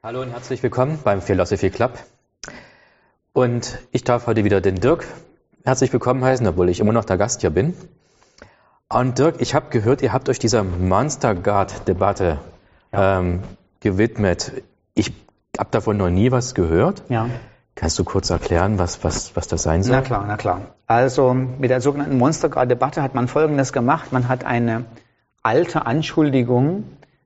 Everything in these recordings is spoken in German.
Hallo und herzlich willkommen beim Philosophy Club. Und ich darf heute wieder den Dirk herzlich willkommen heißen, obwohl ich immer noch der Gast hier bin. Und Dirk, ich habe gehört, ihr habt euch dieser Monster God-Debatte gewidmet. Ich habe davon noch nie was gehört. Ja. Kannst du kurz erklären, was das sein soll? Na klar. Also mit der sogenannten Monster God-Debatte hat man Folgendes gemacht. Man hat eine alte Anschuldigung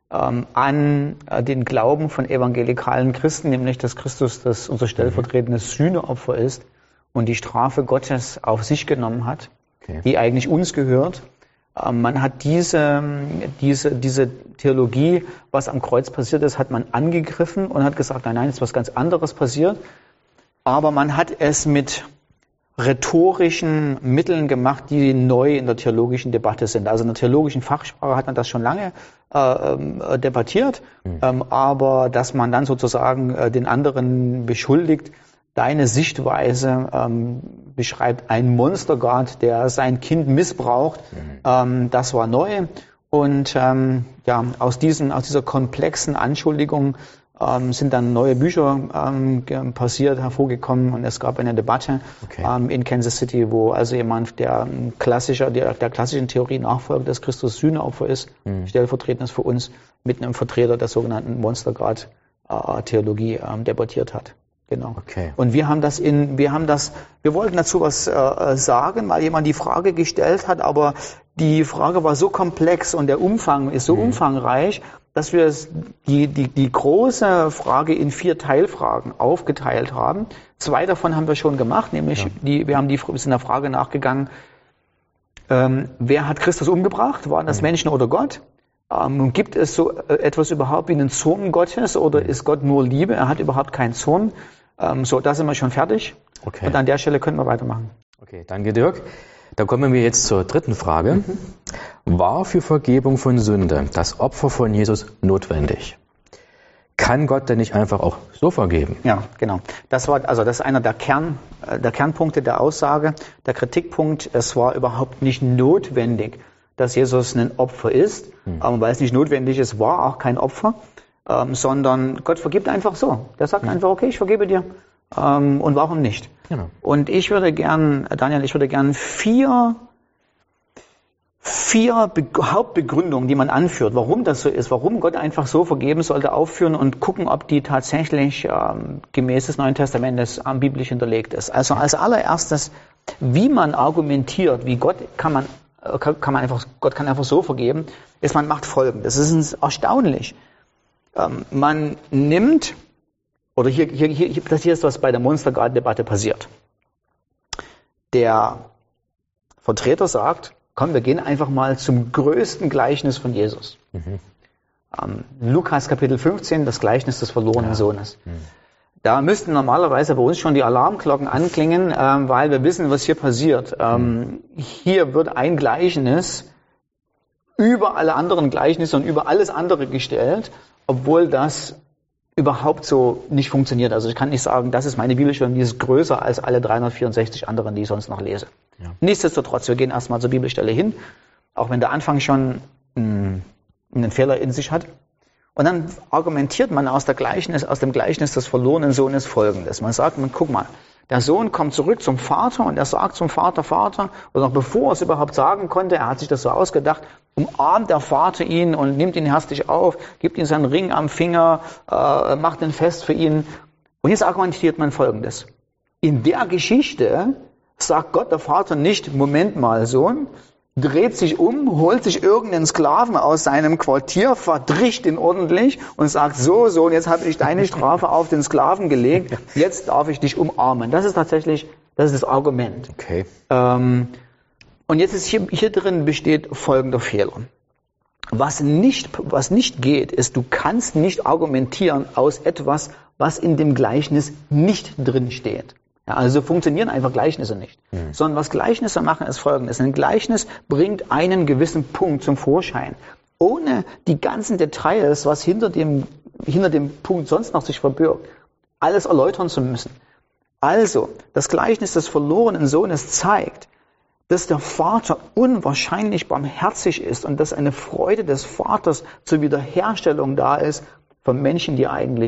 an den Glauben von evangelikalen Christen, nämlich dass Christus das unser stellvertretendes Sühneopfer ist und die Strafe Gottes auf sich genommen hat, die eigentlich uns gehört. Man hat diese Theologie, was am Kreuz passiert ist, hat man angegriffen und hat gesagt, nein, ist was ganz anderes passiert. Aber man hat es mit rhetorischen Mitteln gemacht, die neu in der theologischen Debatte sind. Also in der theologischen Fachsprache hat man das schon lange debattiert, aber dass man dann sozusagen den anderen beschuldigt, deine Sichtweise beschreibt einen Monstergott, der sein Kind missbraucht, das war neu. Und aus dieser komplexen Anschuldigung sind dann neue Bücher hervorgekommen und es gab eine Debatte in Kansas City, wo also jemand, der klassischen Theorie nachfolgt, dass Christus Sühneopfer ist, stellvertretend ist für uns, mit einem Vertreter der sogenannten Monster God Theologie debattiert hat. Genau. Okay. Und wir wollten dazu was sagen, weil jemand die Frage gestellt hat, aber die Frage war so komplex und der Umfang ist so umfangreich, dass wir die große Frage in 4 Teilfragen aufgeteilt haben. 2 davon haben wir schon gemacht, nämlich wir sind der Frage nachgegangen, wer hat Christus umgebracht? Waren das Menschen oder Gott? Gibt es so etwas überhaupt wie einen Zorn Gottes oder ist Gott nur Liebe? Er hat überhaupt keinen Zorn. Da sind wir schon fertig. Okay. Und an der Stelle können wir weitermachen. Okay, danke Dirk. Dann kommen wir jetzt zur dritten Frage. War für Vergebung von Sünde das Opfer von Jesus notwendig? Kann Gott denn nicht einfach auch so vergeben? Ja, genau. Das ist einer der Kernpunkte der Aussage. Der Kritikpunkt, es war überhaupt nicht notwendig, dass Jesus ein Opfer ist. Weil es nicht notwendig ist, war auch kein Opfer, sondern Gott vergibt einfach so. Der sagt einfach, okay, ich vergebe dir. Und warum nicht? Genau. Und ich würde gern 4 Hauptbegründungen, die man anführt, warum das so ist, warum Gott einfach so vergeben sollte, aufführen und gucken, ob die tatsächlich gemäß des Neuen Testamentes biblisch hinterlegt ist. Also als allererstes, wie man argumentiert, wie Gott kann einfach so vergeben, ist, man macht Folgendes. Das ist erstaunlich. Man nimmt, oder hier ist was bei der Monster God-Debatte passiert. Der Vertreter sagt, komm, wir gehen einfach mal zum größten Gleichnis von Jesus. Lukas Kapitel 15, das Gleichnis des verlorenen Sohnes. Da müssten normalerweise bei uns schon die Alarmglocken anklingen, weil wir wissen, was hier passiert. Hier wird ein Gleichnis über alle anderen Gleichnisse und über alles andere gestellt, obwohl das überhaupt so nicht funktioniert. Also ich kann nicht sagen, das ist meine Bibelstunde und die ist größer als alle 364 anderen, die ich sonst noch lese. Ja. Nichtsdestotrotz, wir gehen erstmal zur Bibelstelle hin, auch wenn der Anfang schon einen Fehler in sich hat. Und dann argumentiert man aus dem Gleichnis des verlorenen Sohnes Folgendes. Man sagt, guck mal, der Sohn kommt zurück zum Vater und er sagt zum Vater, und noch bevor er es überhaupt sagen konnte, er hat sich das so ausgedacht, umarmt der Vater ihn und nimmt ihn herzlich auf, gibt ihm seinen Ring am Finger, macht ein Fest für ihn. Und jetzt argumentiert man Folgendes. In der Geschichte sagt Gott, der Vater, nicht, Moment mal, Sohn, dreht sich um, holt sich irgendeinen Sklaven aus seinem Quartier, verdrischt ihn ordentlich und sagt, so, Sohn, jetzt habe ich deine Strafe auf den Sklaven gelegt, jetzt darf ich dich umarmen. Das ist das Argument. Okay. Und jetzt ist hier drin besteht folgender Fehler. Was nicht geht, ist, du kannst nicht argumentieren aus etwas, was in dem Gleichnis nicht drin steht. Ja, also funktionieren einfach Gleichnisse nicht. Sondern was Gleichnisse machen, ist Folgendes. Ein Gleichnis bringt einen gewissen Punkt zum Vorschein. Ohne die ganzen Details, was hinter dem Punkt sonst noch sich verbirgt, alles erläutern zu müssen. Also, das Gleichnis des verlorenen Sohnes zeigt, dass der Vater unwahrscheinlich barmherzig ist und dass eine Freude des Vaters zur Wiederherstellung da ist von Menschen, die eigentlich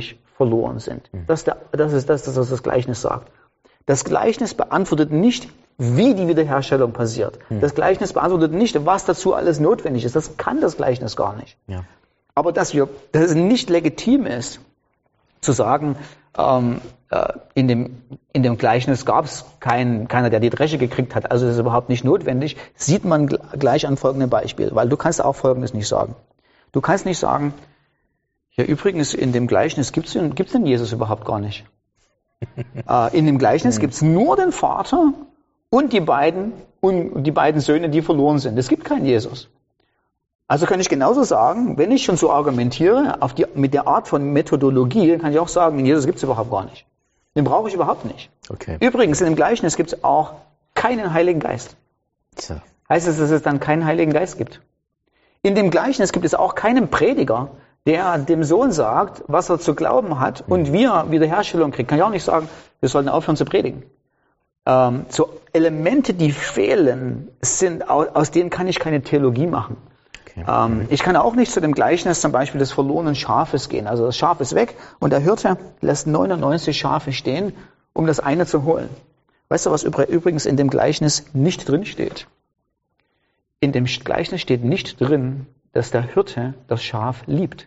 verloren sind. Das ist das, was das Gleichnis sagt. Das Gleichnis beantwortet nicht, wie die Wiederherstellung passiert. Das Gleichnis beantwortet nicht, was dazu alles notwendig ist. Das kann das Gleichnis gar nicht. Ja. Aber dass es nicht legitim ist, zu sagen, in dem Gleichnis gab es keiner, der die Dresche gekriegt hat, also das ist überhaupt nicht notwendig, sieht man gleich an folgendem Beispiel, weil du kannst auch Folgendes nicht sagen. Du kannst nicht sagen, ja übrigens, in dem Gleichnis gibt's den Jesus überhaupt gar nicht. In dem Gleichnis gibt's nur den Vater und die beiden Söhne, die verloren sind. Es gibt keinen Jesus. Also kann ich genauso sagen, wenn ich schon so argumentiere, mit der Art von Methodologie, kann ich auch sagen, den Jesus gibt's überhaupt gar nicht. Den brauche ich überhaupt nicht. Okay. Übrigens, in dem Gleichnis gibt's auch keinen Heiligen Geist. So. Heißt es, dass es dann keinen Heiligen Geist gibt? In dem Gleichnis gibt es auch keinen Prediger, der dem Sohn sagt, was er zu glauben hat und wie er Wiederherstellung kriegt. Kann ich auch nicht sagen, wir sollten aufhören zu predigen. So Elemente, die fehlen, aus denen kann ich keine Theologie machen. Okay. Ich kann auch nicht zu dem Gleichnis zum Beispiel des verlorenen Schafes gehen. Also das Schaf ist weg und der Hirte lässt 99 Schafe stehen, um das eine zu holen. Weißt du, was übrigens in dem Gleichnis nicht drin steht? In dem Gleichnis steht nicht drin, dass der Hirte das Schaf liebt.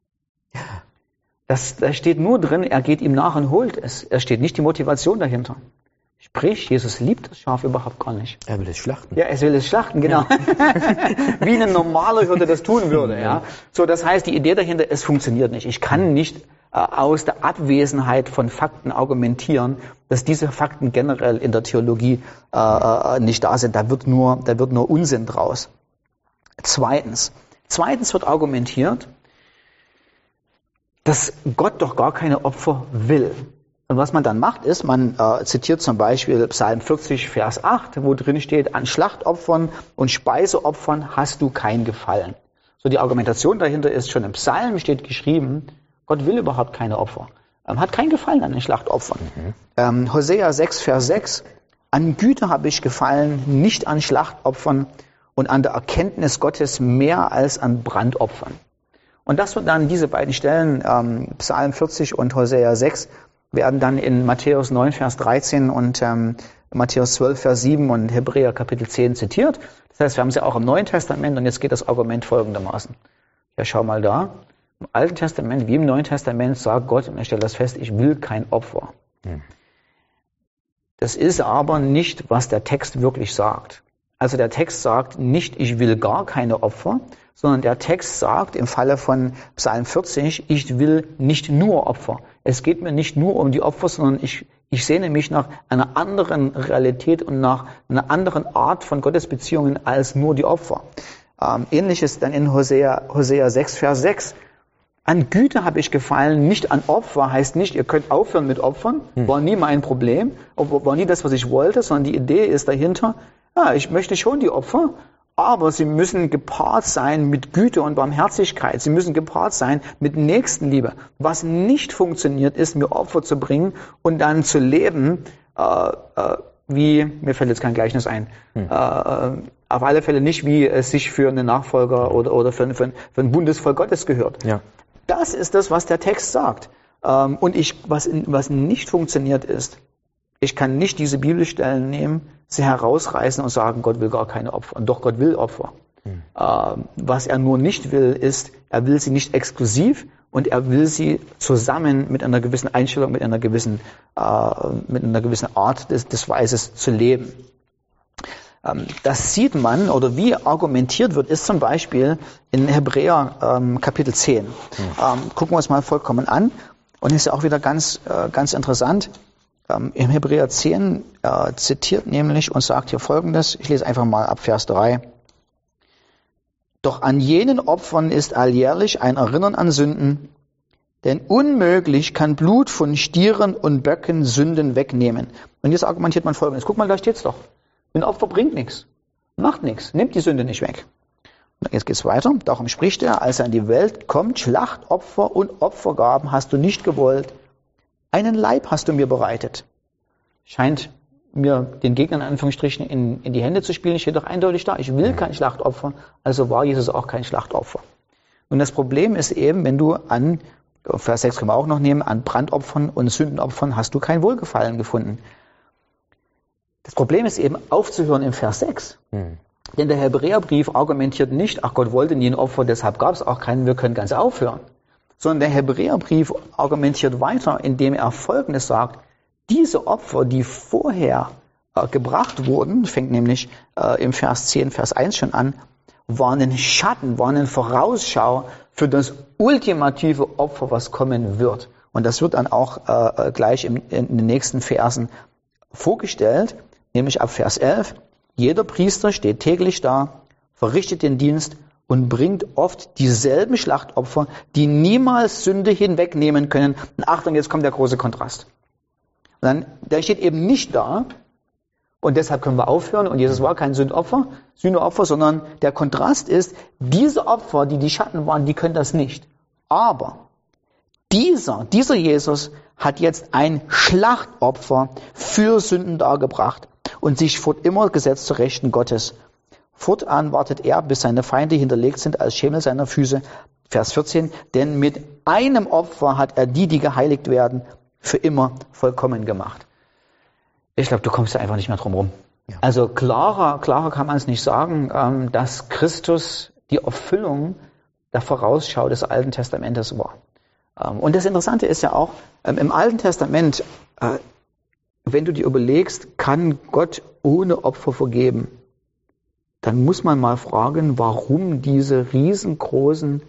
Da steht nur drin, er geht ihm nach und holt es. Es steht nicht die Motivation dahinter. Sprich, Jesus liebt das Schaf überhaupt gar nicht. Er will es schlachten. Ja, er will es schlachten, genau. Wie ein normaler Hirte das tun würde. Ja. So, das heißt, die Idee dahinter, es funktioniert nicht. Ich kann nicht aus der Abwesenheit von Fakten argumentieren, dass diese Fakten generell in der Theologie nicht da sind. Da wird nur Unsinn draus. Zweitens wird argumentiert, dass Gott doch gar keine Opfer will. Und was man dann macht, ist, man zitiert zum Beispiel Psalm 40, Vers 8, wo drin steht, an Schlachtopfern und Speiseopfern hast du kein Gefallen. So, die Argumentation dahinter ist, schon im Psalm steht geschrieben, Gott will überhaupt keine Opfer. Hat kein Gefallen an den Schlachtopfern. Hosea 6, Vers 6, an Güte habe ich gefallen, nicht an Schlachtopfern und an der Erkenntnis Gottes mehr als an Brandopfern. Und das wird dann, diese beiden Stellen, Psalm 40 und Hosea 6, werden dann in Matthäus 9, Vers 13 und Matthäus 12, Vers 7 und Hebräer Kapitel 10 zitiert. Das heißt, wir haben sie auch im Neuen Testament und jetzt geht das Argument folgendermaßen. Ja, schau mal da. Im Alten Testament wie im Neuen Testament sagt Gott, und er stellt das fest, ich will kein Opfer. Das ist aber nicht, was der Text wirklich sagt. Also der Text sagt nicht, ich will gar keine Opfer, sondern der Text sagt im Falle von Psalm 40, ich will nicht nur Opfer. Es geht mir nicht nur um die Opfer, sondern ich sehne mich nach einer anderen Realität und nach einer anderen Art von Gottesbeziehungen als nur die Opfer. Ähnliches dann in Hosea 6, Vers 6. An Güte habe ich gefallen, nicht an Opfer, heißt nicht, ihr könnt aufhören mit Opfern, war nie mein Problem, war nie das, was ich wollte, sondern die Idee ist dahinter, ja, ich möchte schon die Opfer, aber sie müssen gepaart sein mit Güte und Barmherzigkeit. Sie müssen gepaart sein mit Nächstenliebe. Was nicht funktioniert, ist, mir Opfer zu bringen und dann zu leben, mir fällt jetzt kein Gleichnis ein, auf alle Fälle nicht, wie es sich für einen Nachfolger oder für ein Bundesvolk Gottes gehört. Ja. Das ist das, was der Text sagt. Und was nicht funktioniert ist, ich kann nicht diese Bibelstellen nehmen, sie herausreißen und sagen, Gott will gar keine Opfer. Und doch, Gott will Opfer. Was er nur nicht will, ist, er will sie nicht exklusiv und er will sie zusammen mit einer gewissen Einstellung, mit einer gewissen Art des Weises zu leben. Das sieht man, oder wie argumentiert wird, ist zum Beispiel in Hebräer Kapitel 10. Gucken wir uns mal vollkommen an. Und ist ja auch wieder ganz interessant. Im Hebräer 10 zitiert nämlich und sagt hier Folgendes, ich lese einfach mal ab Vers 3. Doch an jenen Opfern ist alljährlich ein Erinnern an Sünden, denn unmöglich kann Blut von Stieren und Böcken Sünden wegnehmen. Und jetzt argumentiert man Folgendes, guck mal, da steht's doch. Ein Opfer bringt nichts, macht nichts, nimmt die Sünde nicht weg. Und jetzt geht's weiter, darum spricht er, als er in die Welt kommt, Schlachtopfer und Opfergaben hast du nicht gewollt, einen Leib hast du mir bereitet. Scheint mir den Gegnern in Anführungsstrichen in die Hände zu spielen, steht doch eindeutig da. Ich will kein Schlachtopfer, also war Jesus auch kein Schlachtopfer. Und das Problem ist eben, wenn du an Vers 6 können wir auch noch nehmen, an Brandopfern und Sündenopfern hast du kein Wohlgefallen gefunden. Das Problem ist eben aufzuhören im Vers 6. Denn der Hebräerbrief argumentiert nicht, ach Gott wollte nie ein Opfer, deshalb gab es auch keinen, wir können ganz aufhören. Sondern der Hebräerbrief argumentiert weiter, indem er Folgendes sagt: Diese Opfer, die vorher gebracht wurden, fängt nämlich im Vers 10, Vers 1 schon an, waren ein Schatten, waren eine Vorausschau für das ultimative Opfer, was kommen wird. Und das wird dann auch gleich in den nächsten Versen vorgestellt, nämlich ab Vers 11. Jeder Priester steht täglich da, verrichtet den Dienst und bringt oft dieselben Schlachtopfer, die niemals Sünde hinwegnehmen können. Und Achtung, jetzt kommt der große Kontrast. Und dann, der steht eben nicht da, und deshalb können wir aufhören, und Jesus war kein Sündopfer, sondern der Kontrast ist, diese Opfer, die die Schatten waren, die können das nicht. Aber dieser Jesus hat jetzt ein Schlachtopfer für Sünden dargebracht und sich fortimmer gesetzt zur Rechten Gottes. Fortan wartet er, bis seine Feinde hinterlegt sind als Schemel seiner Füße. Vers 14, denn mit einem Opfer hat er die geheiligt werden, für immer vollkommen gemacht. Ich glaube, du kommst da einfach nicht mehr drum rum. Ja. Also klarer kann man es nicht sagen, dass Christus die Erfüllung der Vorausschau des Alten Testamentes war. Und das Interessante ist ja auch, im Alten Testament, wenn du dir überlegst, kann Gott ohne Opfer vergeben, dann muss man mal fragen, warum diese riesengroße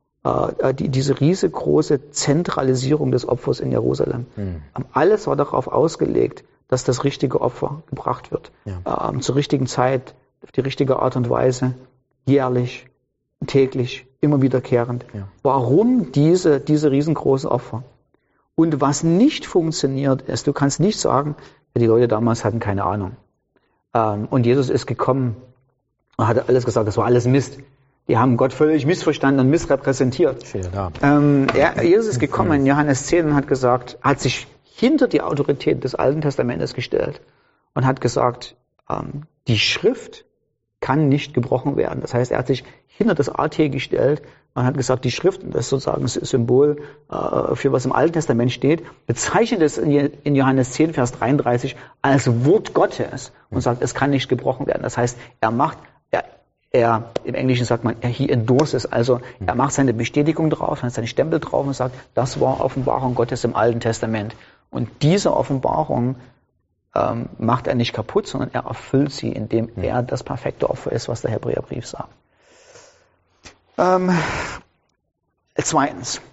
Zentralisierung des Opfers in Jerusalem. Alles war darauf ausgelegt, dass das richtige Opfer gebracht wird. Ja. Zur richtigen Zeit, auf die richtige Art und Weise, jährlich, täglich, immer wiederkehrend. Ja. Warum diese riesengroßen Opfer? Und was nicht funktioniert ist, du kannst nicht sagen, die Leute damals hatten keine Ahnung. Und Jesus ist gekommen und hat alles gesagt, das war alles Mist. Die haben Gott völlig missverstanden und missrepräsentiert. Jesus ist gekommen in Johannes 10 und hat sich hinter die Autorität des Alten Testamentes gestellt und hat gesagt, die Schrift kann nicht gebrochen werden. Das heißt, er hat sich hinter das AT gestellt und hat gesagt, die Schrift, das ist sozusagen das Symbol für was im Alten Testament steht, bezeichnet es in Johannes 10, Vers 33 als Wort Gottes und sagt, es kann nicht gebrochen werden. Das heißt, im Englischen sagt man, he endorses, also er macht seine Bestätigung drauf, hat seinen Stempel drauf und sagt, das war Offenbarung Gottes im Alten Testament. Und diese Offenbarung macht er nicht kaputt, sondern er erfüllt sie, indem er das perfekte Opfer ist, was der Hebräerbrief sagt. Zweitens,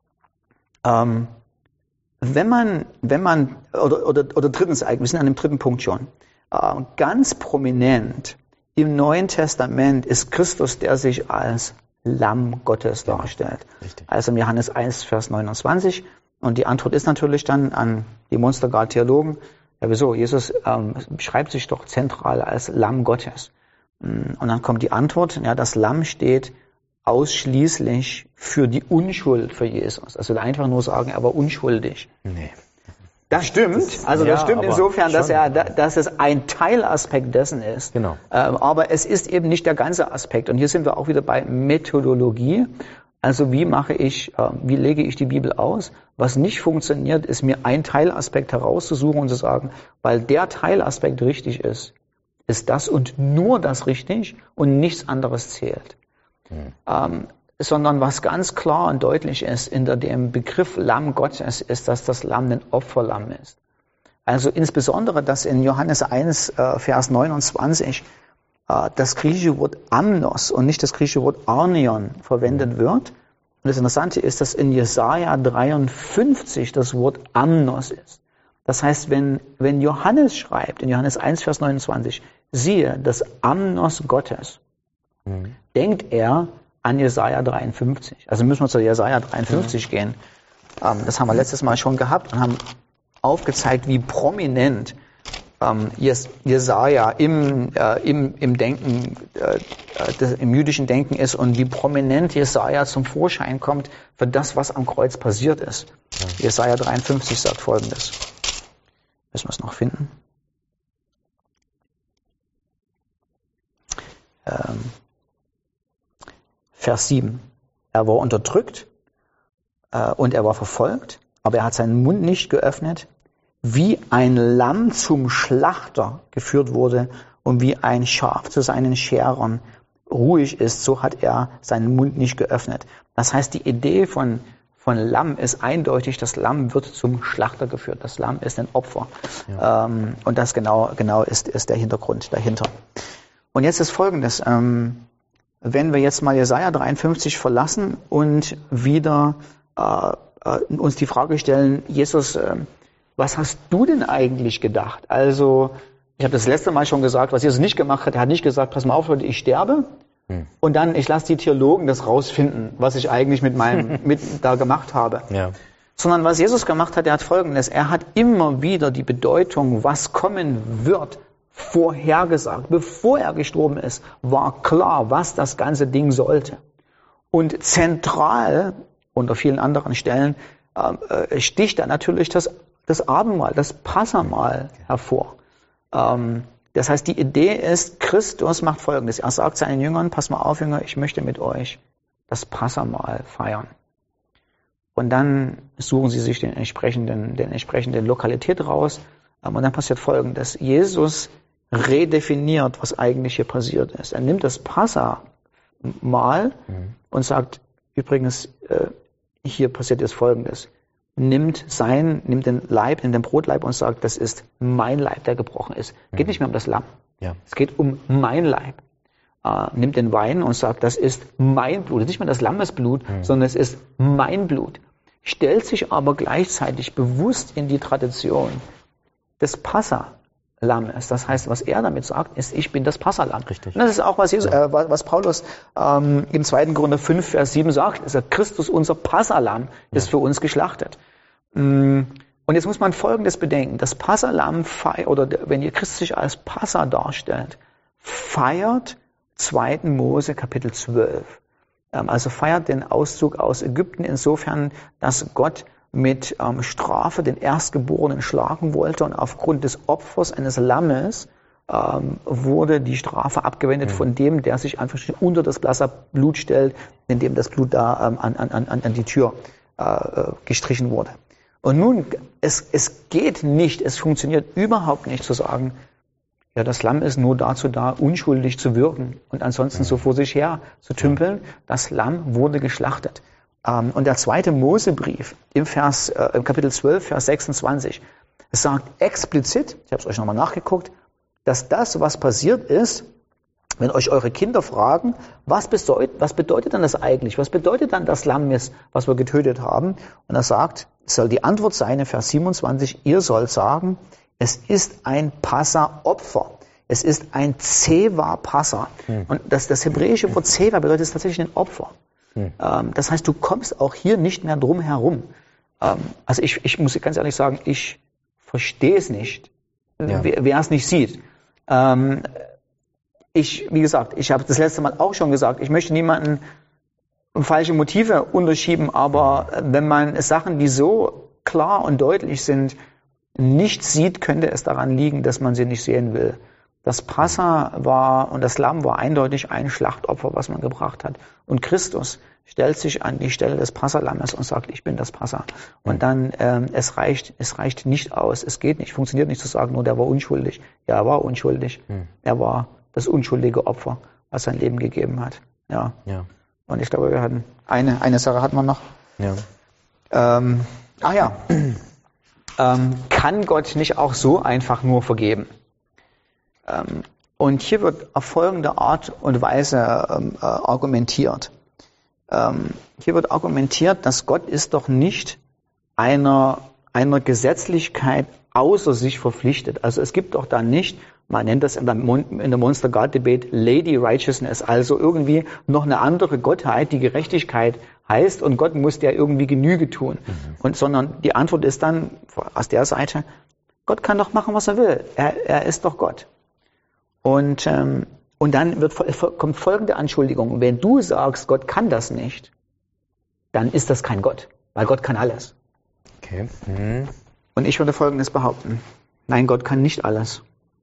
drittens eigentlich, wir sind an dem dritten Punkt schon, ganz prominent im Neuen Testament ist Christus, der sich als Lamm Gottes darstellt. Richtig. Also im Johannes 1, Vers 29. Und die Antwort ist natürlich dann an die Monstergrad-Theologen, ja wieso, Jesus beschreibt sich doch zentral als Lamm Gottes. Und dann kommt die Antwort, ja, das Lamm steht ausschließlich für die Unschuld für Jesus. Also einfach nur sagen, er war unschuldig. Nee. Das stimmt, das stimmt insofern, dass es ein Teilaspekt dessen ist. Genau. Aber es ist eben nicht der ganze Aspekt. Und hier sind wir auch wieder bei Methodologie. Also wie lege ich die Bibel aus? Was nicht funktioniert, ist mir ein Teilaspekt herauszusuchen und zu sagen, weil der Teilaspekt richtig ist das und nur das richtig und nichts anderes zählt. Sondern was ganz klar und deutlich ist in dem Begriff Lamm Gottes, ist, dass das Lamm ein Opferlamm ist. Also insbesondere, dass in Johannes 1, Vers 29 das griechische Wort Amnos und nicht das griechische Wort Arnion verwendet wird. Und das Interessante ist, dass in Jesaja 53 das Wort Amnos ist. Das heißt, wenn Johannes schreibt, in Johannes 1, Vers 29, siehe, das Amnos Gottes, denkt er an Jesaja 53. Also müssen wir zu Jesaja 53 gehen. Das haben wir letztes Mal schon gehabt und haben aufgezeigt, wie prominent Jesaja im Denken, im jüdischen Denken ist und wie prominent Jesaja zum Vorschein kommt für das, was am Kreuz passiert ist. Jesaja 53 sagt Folgendes. Müssen wir es noch finden? Vers 7. Er war unterdrückt und er war verfolgt, aber er hat seinen Mund nicht geöffnet, wie ein Lamm zum Schlachter geführt wurde und wie ein Schaf zu seinen Scherern ruhig ist, so hat er seinen Mund nicht geöffnet. Das heißt, die Idee von Lamm ist eindeutig, das Lamm wird zum Schlachter geführt. Das Lamm ist ein Opfer. Ja. Und das genau ist der Hintergrund dahinter. Und jetzt ist Folgendes. Wenn wir jetzt mal Jesaja 53 verlassen und wieder uns die Frage stellen, Jesus, was hast du denn eigentlich gedacht? Also, ich habe das letzte Mal schon gesagt, was Jesus nicht gemacht hat. Er hat nicht gesagt, pass mal auf, Leute, ich sterbe. Und dann, ich lasse die Theologen das rausfinden, was ich eigentlich mit da gemacht habe. Ja. Sondern was Jesus gemacht hat, er hat Folgendes. Er hat immer wieder die Bedeutung, was kommen wird, vorhergesagt. Bevor er gestorben ist, war klar, was das ganze Ding sollte. Und zentral, unter vielen anderen Stellen, sticht da natürlich das Abendmahl, das Passamahl hervor. Das heißt, die Idee ist, Christus macht Folgendes. Er sagt seinen Jüngern, pass mal auf, Jünger, ich möchte mit euch das Passamahl feiern. Und dann suchen sie sich den entsprechenden Lokalität raus. Und dann passiert Folgendes. Jesus redefiniert, was eigentlich hier passiert ist. Er nimmt das Passamahl und sagt, übrigens, hier passiert jetzt Folgendes. Nimmt den Brotleib und sagt, das ist mein Leib, der gebrochen ist. Geht nicht mehr um das Lamm. Ja. Es geht um mein Leib. Nimmt den Wein und sagt, das ist mein Blut. Nicht mehr das Lammesblut, sondern es ist mein Blut. Stellt sich aber gleichzeitig bewusst in die Tradition des Passalammes. Das heißt, was er damit sagt, ist, ich bin das Passalamm. Richtig. Und das ist auch, was Paulus im 2. Korinther 5, Vers 7 sagt. Ist Christus, unser Passalam, ist für uns geschlachtet. Und jetzt muss man Folgendes bedenken. Das Passalamm oder wenn ihr Christus sich als Passa darstellt, feiert 2. Mose Kapitel 12. Also feiert den Auszug aus Ägypten insofern, dass Gott mit Strafe den Erstgeborenen schlagen wollte und aufgrund des Opfers eines Lammes wurde die Strafe abgewendet von dem, der sich einfach unter das Blut stellt, indem das Blut da an die Tür gestrichen wurde. Und nun, es geht nicht, es funktioniert überhaupt nicht zu sagen, ja, das Lamm ist nur dazu da, unschuldig zu wirken und ansonsten so vor sich her zu tümpeln. Das Lamm wurde geschlachtet. Und der 2. Mosebrief im Kapitel 12, Vers 26, es sagt explizit, ich habe es euch nochmal nachgeguckt, dass das, was passiert ist, wenn euch eure Kinder fragen, was bedeutet dann das eigentlich? Was bedeutet dann das Lamm, was wir getötet haben? Und er sagt, soll die Antwort sein in Vers 27, ihr sollt sagen, es ist ein Passa-Opfer. Es ist ein Zewa-Passa. Und das hebräische Wort Zewa bedeutet tatsächlich ein Opfer. Das heißt, du kommst auch hier nicht mehr drum herum. Also ich muss ganz ehrlich sagen, ich verstehe es nicht, wer es nicht sieht. Wie gesagt, ich habe das letzte Mal auch schon gesagt, ich möchte niemanden falsche Motive unterschieben, aber wenn man Sachen, die so klar und deutlich sind, nicht sieht, könnte es daran liegen, dass man sie nicht sehen will. Das Passa und das Lamm war eindeutig ein Schlachtopfer, was man gebracht hat. Und Christus stellt sich an die Stelle des Passalammes und sagt, ich bin das Passa. Und dann, es reicht nicht aus, es geht nicht, funktioniert nicht zu sagen, nur der war unschuldig. Ja, er war unschuldig. Er war das unschuldige Opfer, was sein Leben gegeben hat. Ja. Und ich glaube, wir hatten eine Sache hatten wir noch. Kann Gott nicht auch so einfach nur vergeben? Und hier wird auf folgende Art und Weise argumentiert. Hier wird argumentiert, dass Gott ist doch nicht einer Gesetzlichkeit außer sich verpflichtet. Also es gibt doch da nicht, man nennt das in der Monster God Debate Lady Righteousness, also irgendwie noch eine andere Gottheit, die Gerechtigkeit heißt und Gott muss der irgendwie Genüge tun. Sondern die Antwort ist dann aus der Seite, Gott kann doch machen, was er will. Er ist doch Gott. Und dann kommt folgende Anschuldigung. Wenn du sagst, Gott kann das nicht, dann ist das kein Gott, weil Gott kann alles. Okay. Und ich würde Folgendes behaupten. Nein, Gott kann nicht alles.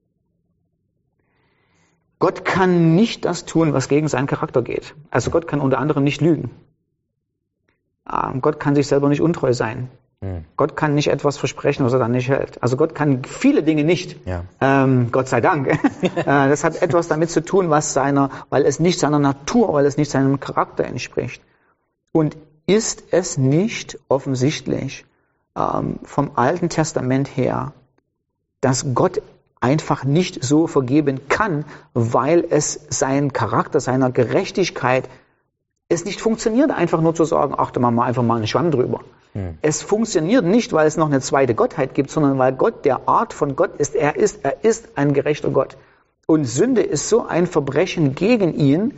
Gott kann nicht das tun, was gegen seinen Charakter geht. Also Gott kann unter anderem nicht lügen. Gott kann sich selber nicht untreu sein. Gott kann nicht etwas versprechen, was er dann nicht hält. Also Gott kann viele Dinge nicht. Ja. Gott sei Dank. Das hat etwas damit zu tun, weil es nicht seiner Natur, weil es nicht seinem Charakter entspricht. Und ist es nicht offensichtlich vom Alten Testament her, dass Gott einfach nicht so vergeben kann, weil es seinen Charakter, seiner Gerechtigkeit, es nicht funktioniert, einfach nur zu sagen, ach, da machen wir einfach mal einen Schwamm drüber. Es funktioniert nicht, weil es noch eine zweite Gottheit gibt, sondern weil Gott der Art von Gott ist. Er ist ein gerechter Gott. Und Sünde ist so ein Verbrechen gegen ihn,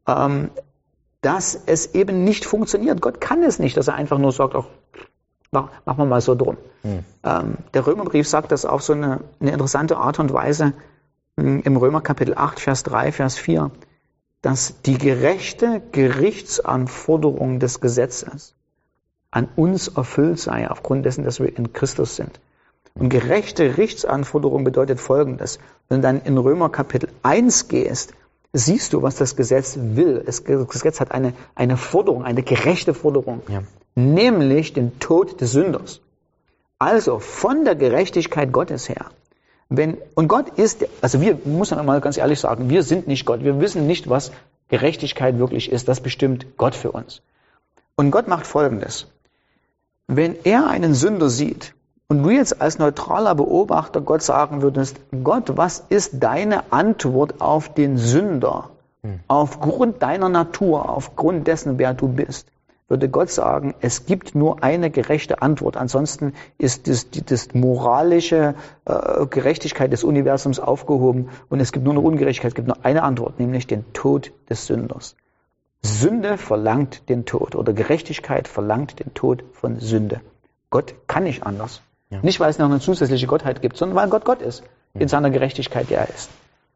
dass es eben nicht funktioniert. Gott kann es nicht, dass er einfach nur sagt, ach, machen wir mal so drum. Der Römerbrief sagt das auf so eine interessante Art und Weise im Römer Kapitel 8, Vers 3, Vers 4, dass die gerechte Gerichtsanforderung des Gesetzes an uns erfüllt sei, aufgrund dessen, dass wir in Christus sind. Und gerechte Gerichtsanforderung bedeutet Folgendes. Wenn du dann in Römer Kapitel 1 gehst, siehst du, was das Gesetz will. Das Gesetz hat eine Forderung, eine gerechte Forderung, nämlich den Tod des Sünders. Also von der Gerechtigkeit Gottes her. Und Gott ist, also wir, muss man mal ganz ehrlich sagen, wir sind nicht Gott. Wir wissen nicht, was Gerechtigkeit wirklich ist. Das bestimmt Gott für uns. Und Gott macht Folgendes. Wenn er einen Sünder sieht und du jetzt als neutraler Beobachter Gott sagen würdest, Gott, was ist deine Antwort auf den Sünder? Aufgrund deiner Natur, aufgrund dessen, wer du bist, würde Gott sagen, es gibt nur eine gerechte Antwort. Ansonsten ist das moralische Gerechtigkeit des Universums aufgehoben und es gibt nur eine Ungerechtigkeit, es gibt nur eine Antwort, nämlich den Tod des Sünders. Sünde verlangt den Tod oder Gerechtigkeit verlangt den Tod von Sünde. Gott kann nicht anders. Ja. Nicht, weil es noch eine zusätzliche Gottheit gibt, sondern weil Gott Gott ist, in seiner Gerechtigkeit, die er ist.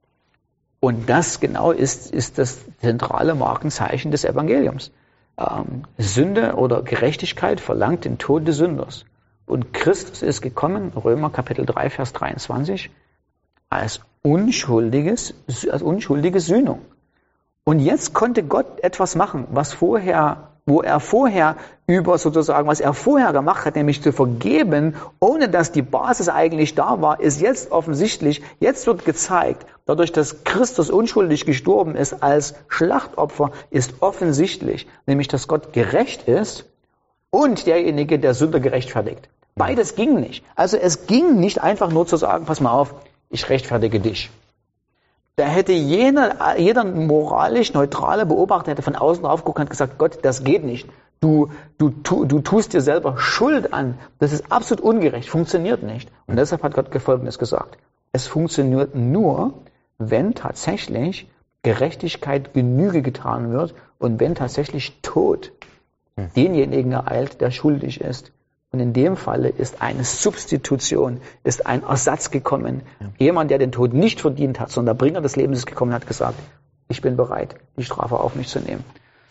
Und das genau ist das zentrale Markenzeichen des Evangeliums. Sünde oder Gerechtigkeit verlangt den Tod des Sünders. Und Christus ist gekommen, Römer Kapitel 3, Vers 23, als unschuldige Sühnung. Und jetzt konnte Gott etwas machen, was er vorher gemacht hat, nämlich zu vergeben, ohne dass die Basis eigentlich da war, ist jetzt offensichtlich, jetzt wird gezeigt, dadurch, dass Christus unschuldig gestorben ist als Schlachtopfer, ist offensichtlich, nämlich, dass Gott gerecht ist und derjenige, der Sünder gerechtfertigt. Beides ging nicht. Also es ging nicht einfach nur zu sagen, pass mal auf, ich rechtfertige dich. Da hätte jeder moralisch neutrale Beobachter hätte von außen drauf geguckt und gesagt, Gott, das geht nicht. Du tust dir selber Schuld an. Das ist absolut ungerecht, funktioniert nicht. Und deshalb hat Gott Folgendes gesagt. Es funktioniert nur, wenn tatsächlich Gerechtigkeit Genüge getan wird und wenn tatsächlich Tod denjenigen ereilt, der schuldig ist. Und in dem Falle ist eine Substitution, ist ein Ersatz gekommen. Ja. Jemand, der den Tod nicht verdient hat, sondern der Bringer des Lebens ist gekommen und hat gesagt, ich bin bereit, die Strafe auf mich zu nehmen.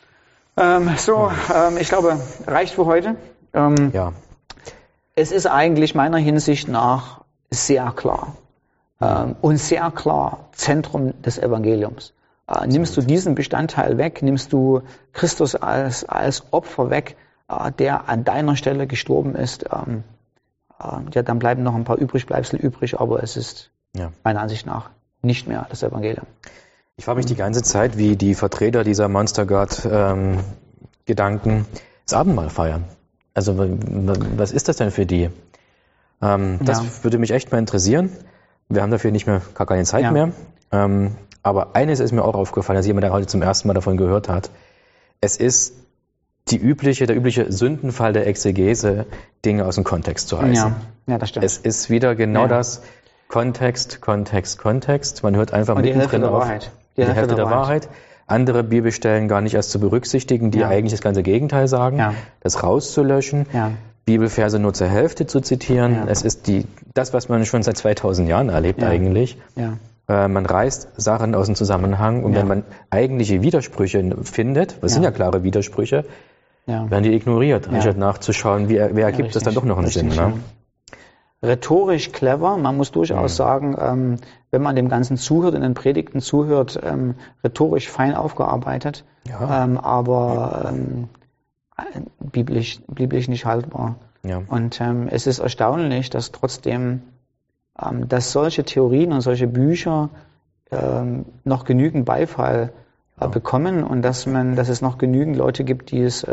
Ich glaube, reicht für heute. Es ist eigentlich meiner Hinsicht nach sehr klar. Und sehr klar Zentrum des Evangeliums. Nimmst du diesen Bestandteil weg, nimmst du Christus als Opfer weg, der an deiner Stelle gestorben ist, dann bleiben noch ein paar Übrigbleibsel übrig, aber es ist meiner Ansicht nach nicht mehr das Evangelium. Ich frage mich die ganze Zeit, wie die Vertreter dieser Monster God-Gedanken das Abendmahl feiern. Also was ist das denn für die? Das würde mich echt mal interessieren. Wir haben dafür gar keine Zeit mehr. Aber eines ist mir auch aufgefallen, als jemand, der heute zum ersten Mal davon gehört hat. Es ist der übliche Sündenfall der Exegese, Dinge aus dem Kontext zu reißen. Ja, das stimmt. Es ist wieder genau das Kontext. Man hört einfach mittendrin auf die Hälfte der Wahrheit. Andere Bibelstellen gar nicht erst zu berücksichtigen, die eigentlich das ganze Gegenteil sagen, das rauszulöschen, Bibelverse nur zur Hälfte zu zitieren. Es ist das, was man schon seit 2000 Jahren erlebt eigentlich. Man reißt Sachen aus dem Zusammenhang und wenn man eigentliche Widersprüche findet, das sind ja klare Widersprüche, werden die ignoriert, anstatt nachzuschauen, wer ergibt das dann doch noch einen Sinn. Ne? Rhetorisch clever, man muss durchaus sagen, wenn man dem Ganzen zuhört, in den Predigten zuhört, rhetorisch fein aufgearbeitet, aber biblisch nicht haltbar. Ja. Und es ist erstaunlich, dass trotzdem, dass solche Theorien und solche Bücher noch genügend Beifall bekommen und dass es noch genügend Leute gibt, die es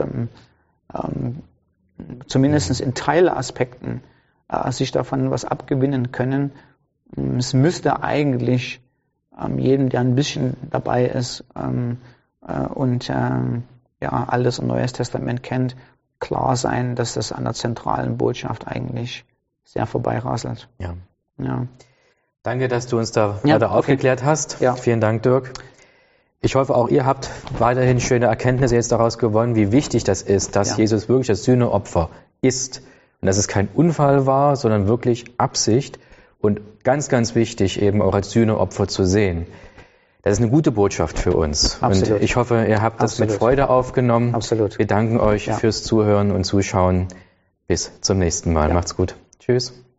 zumindest in Teilaspekten sich davon was abgewinnen können. Es müsste eigentlich jedem, der ein bisschen dabei ist und Altes und Neues Testament kennt, klar sein, dass das an der zentralen Botschaft eigentlich sehr vorbeirasselt. Ja. Ja. Danke, dass du uns da weiter aufgeklärt hast. Ja. Vielen Dank, Dirk. Ich hoffe, auch ihr habt weiterhin schöne Erkenntnisse jetzt daraus gewonnen, wie wichtig das ist, dass Jesus wirklich das Sühneopfer ist. Und dass es kein Unfall war, sondern wirklich Absicht. Und ganz, ganz wichtig, eben auch als Sühneopfer zu sehen. Das ist eine gute Botschaft für uns. Absolut. Und ich hoffe, ihr habt das mit Freude aufgenommen. Absolut. Wir danken euch fürs Zuhören und Zuschauen. Bis zum nächsten Mal. Macht's gut. Tschüss.